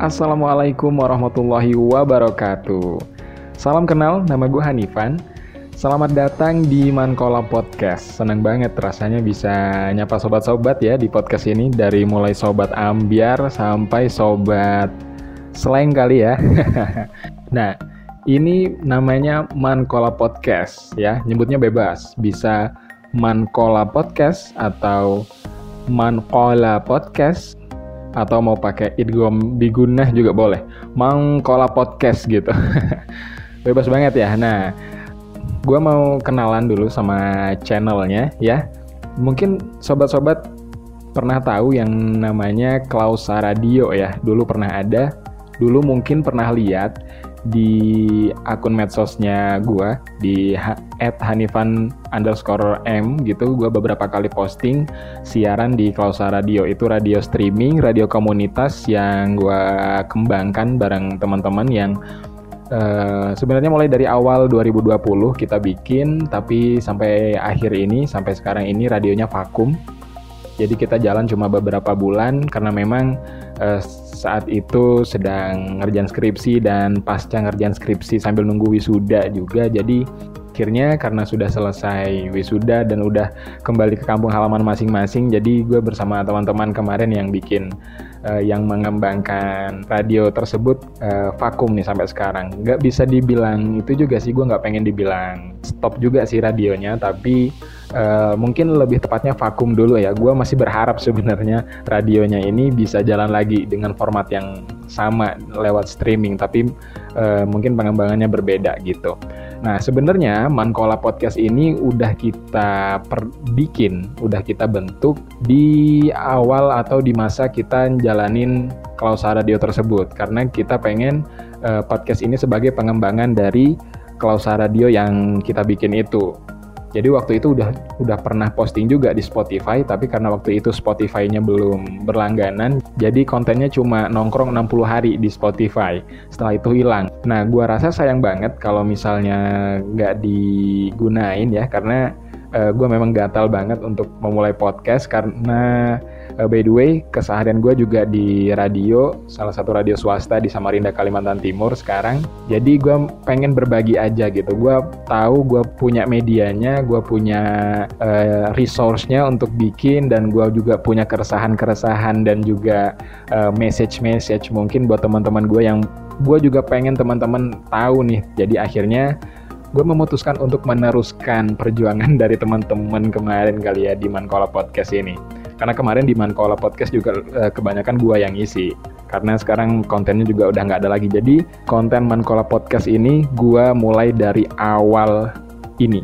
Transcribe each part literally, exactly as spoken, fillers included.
Assalamualaikum warahmatullahi wabarakatuh. Salam kenal, nama gue Hanifan. Selamat datang di Mankola Podcast. Senang banget rasanya bisa nyapa sobat-sobat ya di podcast ini. Dari mulai sobat ambiar sampai sobat slang kali ya. Nah, ini namanya Mankola Podcast ya. Nyebutnya bebas. Bisa Mankola Podcast atau Mankola Podcast, atau mau pakai idgham bigunah juga boleh. Mankola Podcast gitu. Bebas banget ya. Nah, gue mau kenalan dulu sama channelnya ya. Mungkin sobat-sobat pernah tahu yang namanya Klausa Radio ya. Dulu pernah ada. Dulu mungkin pernah lihat di akun medsosnya gue di et hanifan underscore m gitu. Gue beberapa kali posting siaran di Klausa Radio. Itu radio streaming, radio komunitas yang gue kembangkan bareng teman-teman yang uh, sebenarnya mulai dari awal dua ribu dua puluh kita bikin, tapi sampai akhir ini, sampai sekarang ini radionya vakum. Jadi kita jalan cuma beberapa bulan karena memang uh, saat itu sedang ngerjain skripsi dan pasca ngerjain skripsi sambil nunggu wisuda juga. Jadi akhirnya karena sudah selesai wisuda dan udah kembali ke kampung halaman masing-masing, jadi gue bersama teman-teman kemarin yang bikin uh, yang mengembangkan radio tersebut uh, vakum nih sampai sekarang. Nggak bisa dibilang itu juga sih, gue nggak pengen dibilang stop juga sih radionya, tapi Uh, mungkin lebih tepatnya vakum dulu ya. Gue masih berharap sebenarnya radionya ini bisa jalan lagi dengan format yang sama lewat streaming, tapi uh, mungkin pengembangannya berbeda gitu. Nah, sebenarnya Mankola Podcast ini udah kita per- bikin, udah kita bentuk di awal atau di masa kita jalanin Klausa Radio tersebut, karena kita pengen uh, podcast ini sebagai pengembangan dari Klausa Radio yang kita bikin itu. Jadi waktu itu udah udah pernah posting juga di Spotify, tapi karena waktu itu Spotify-nya belum berlangganan, jadi kontennya cuma nongkrong enam puluh hari di Spotify. Setelah itu hilang. Nah, gua rasa sayang banget kalau misalnya nggak digunain ya, karena uh, gua memang gatal banget untuk memulai podcast karena uh, by the way, keseharian gue juga di radio, salah satu radio swasta di Samarinda, Kalimantan Timur sekarang. Jadi gue pengen berbagi aja gitu. Gue tahu gue punya medianya, gue punya uh, resource-nya untuk bikin, dan gue juga punya keresahan-keresahan dan juga uh, message-message mungkin buat teman-teman gue yang gue juga pengen teman-teman tahu nih. Jadi akhirnya gue memutuskan untuk meneruskan perjuangan dari teman-teman kemarin kali ya di Mankola Podcast ini. Karena kemarin di Mankola Podcast juga eh, kebanyakan gue yang isi. Karena sekarang kontennya juga udah nggak ada lagi. Jadi konten Mankola Podcast ini gue mulai dari awal ini.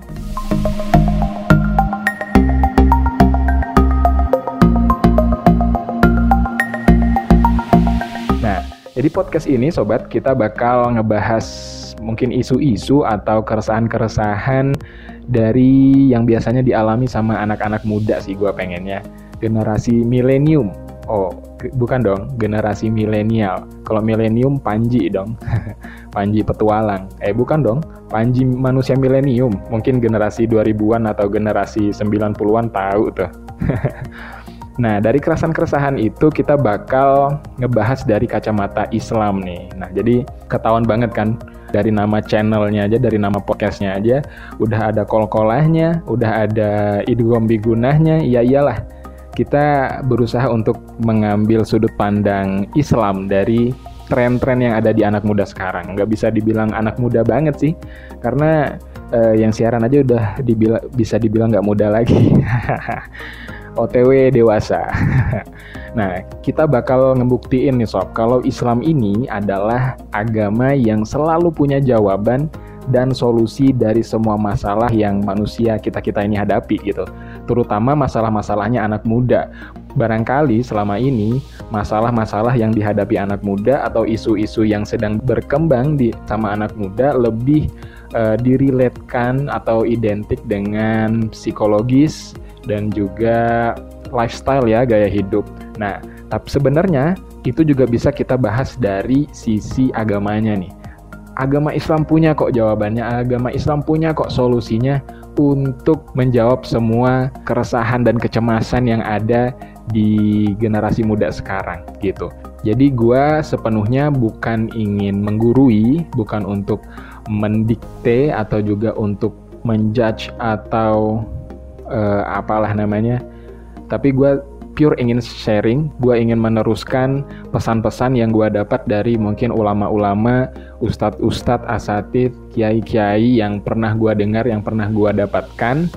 Nah, jadi podcast ini sobat, kita bakal ngebahas mungkin isu-isu atau keresahan-keresahan dari yang biasanya dialami sama anak-anak muda sih gue pengennya. Generasi milenium. Oh, ke- bukan dong, generasi milenial. Kalau milenium Panji dong. Panji petualang. Eh, bukan dong, Panji manusia milenium. Mungkin generasi dua ribuan atau generasi sembilan puluhan tahu tuh. Nah, dari keresahan-keresahan itu kita bakal ngebahas dari kacamata Islam nih. Nah, jadi ketahuan banget kan, dari nama channelnya aja, dari nama podcastnya aja, udah ada kol-kolahnya, udah ada idgham bigunahnya. Ya iyalah, kita berusaha untuk mengambil sudut pandang Islam dari tren-tren yang ada di anak muda sekarang. Nggak bisa dibilang anak muda banget sih, karena eh, yang siaran aja udah dibila- bisa dibilang nggak muda lagi. O T W dewasa. Nah, kita bakal ngebuktiin nih sob, kalau Islam ini adalah agama yang selalu punya jawaban dan solusi dari semua masalah yang manusia kita-kita ini hadapi gitu. Terutama masalah-masalahnya anak muda. Barangkali selama ini masalah-masalah yang dihadapi anak muda atau isu-isu yang sedang berkembang di sama anak muda lebih uh, diriletkan atau identik dengan psikologis dan juga lifestyle ya, gaya hidup. Nah, tapi sebenarnya itu juga bisa kita bahas dari sisi agamanya nih. Agama Islam punya kok jawabannya, agama Islam punya kok solusinya untuk menjawab semua keresahan dan kecemasan yang ada di generasi muda sekarang gitu. Jadi gue sepenuhnya bukan ingin menggurui, bukan untuk mendikte atau juga untuk menjudge atau uh, apalah namanya. Tapi gue pure ingin sharing, gue ingin meneruskan pesan-pesan yang gue dapat dari mungkin ulama-ulama, ustadz-ustadz, asatidz, kiai-kiai yang pernah gue dengar, yang pernah gue dapatkan.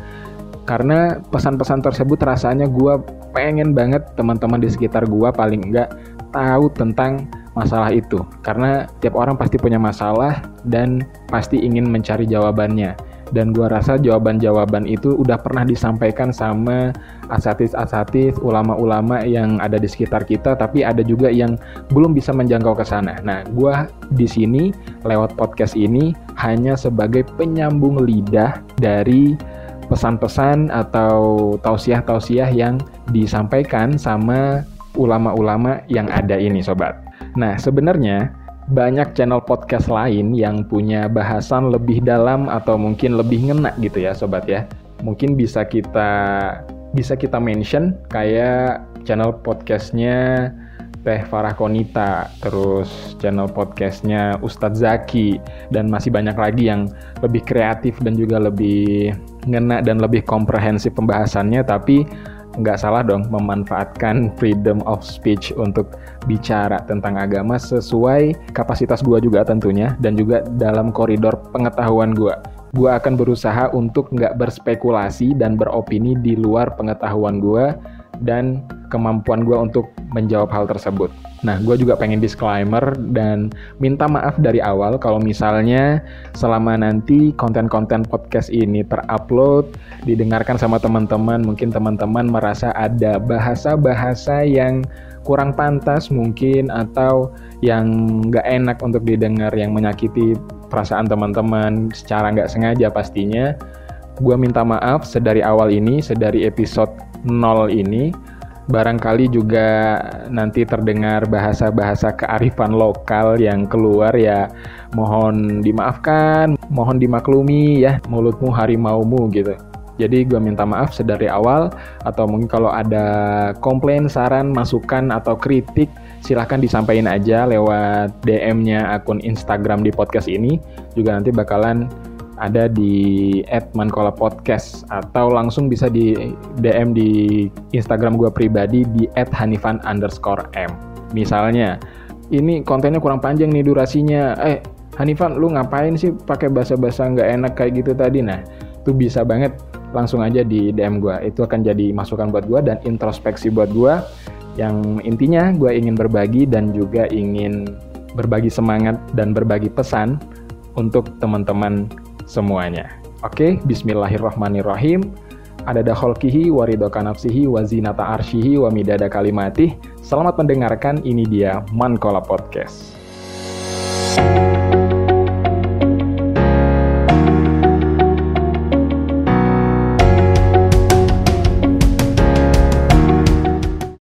Karena pesan-pesan tersebut rasanya gue pengen banget teman-teman di sekitar gue paling enggak tahu tentang masalah itu. Karena tiap orang pasti punya masalah dan pasti ingin mencari jawabannya. Dan gue rasa jawaban-jawaban itu udah pernah disampaikan sama asatidz-asatidz, ulama-ulama yang ada di sekitar kita, tapi ada juga yang belum bisa menjangkau ke sana. Nah, gue di sini lewat podcast ini hanya sebagai penyambung lidah dari pesan-pesan atau tausiah-tausiah yang disampaikan sama ulama-ulama yang ada ini, sobat. Nah, sebenarnya banyak channel podcast lain yang punya bahasan lebih dalam atau mungkin lebih ngena gitu ya, sobat ya. Mungkin bisa kita bisa kita mention kayak channel podcastnya Teh Farah Konita, terus channel podcastnya Ustadz Zaki, dan masih banyak lagi yang lebih kreatif dan juga lebih ngena dan lebih komprehensif pembahasannya, tapi nggak salah dong memanfaatkan freedom of speech untuk bicara tentang agama sesuai kapasitas gua juga tentunya, dan juga dalam koridor pengetahuan gua. Gua akan berusaha untuk nggak berspekulasi dan beropini di luar pengetahuan gua dan kemampuan gue untuk menjawab hal tersebut. Nah, gue juga pengen disclaimer dan minta maaf dari awal kalau misalnya selama nanti konten-konten podcast ini terupload, didengarkan sama teman-teman, mungkin teman-teman merasa ada bahasa-bahasa yang kurang pantas mungkin, atau yang gak enak untuk didengar, yang menyakiti perasaan teman-teman secara gak sengaja pastinya. Gue minta maaf sedari awal ini, sedari episode nol ini. Barangkali juga nanti terdengar bahasa-bahasa kearifan lokal yang keluar, ya mohon dimaafkan, mohon dimaklumi ya, mulutmu harimaumu gitu. Jadi gue minta maaf sedari awal, atau mungkin kalau ada komplain, saran, masukan, atau kritik, silahkan disampaikan aja lewat D M-nya akun Instagram di podcast ini. Juga nanti bakalan ada di et mankola podcast, atau langsung bisa di D M di Instagram gue pribadi di et hanifan underscore m. Misalnya, ini kontennya kurang panjang nih durasinya, eh Hanifan lu ngapain sih pakai bahasa-bahasa nggak enak kayak gitu tadi? Nah, itu bisa banget langsung aja di D M gue. Itu akan jadi masukan buat gue dan introspeksi buat gue, yang intinya gue ingin berbagi dan juga ingin berbagi semangat dan berbagi pesan untuk teman-teman semuanya. Oke, bismillahirrahmanirrahim. Adada kholqihi wa ridha nafsihi wa zinata arsyihi wa midada kalimatih. Selamat mendengarkan, ini dia Mankola Podcast.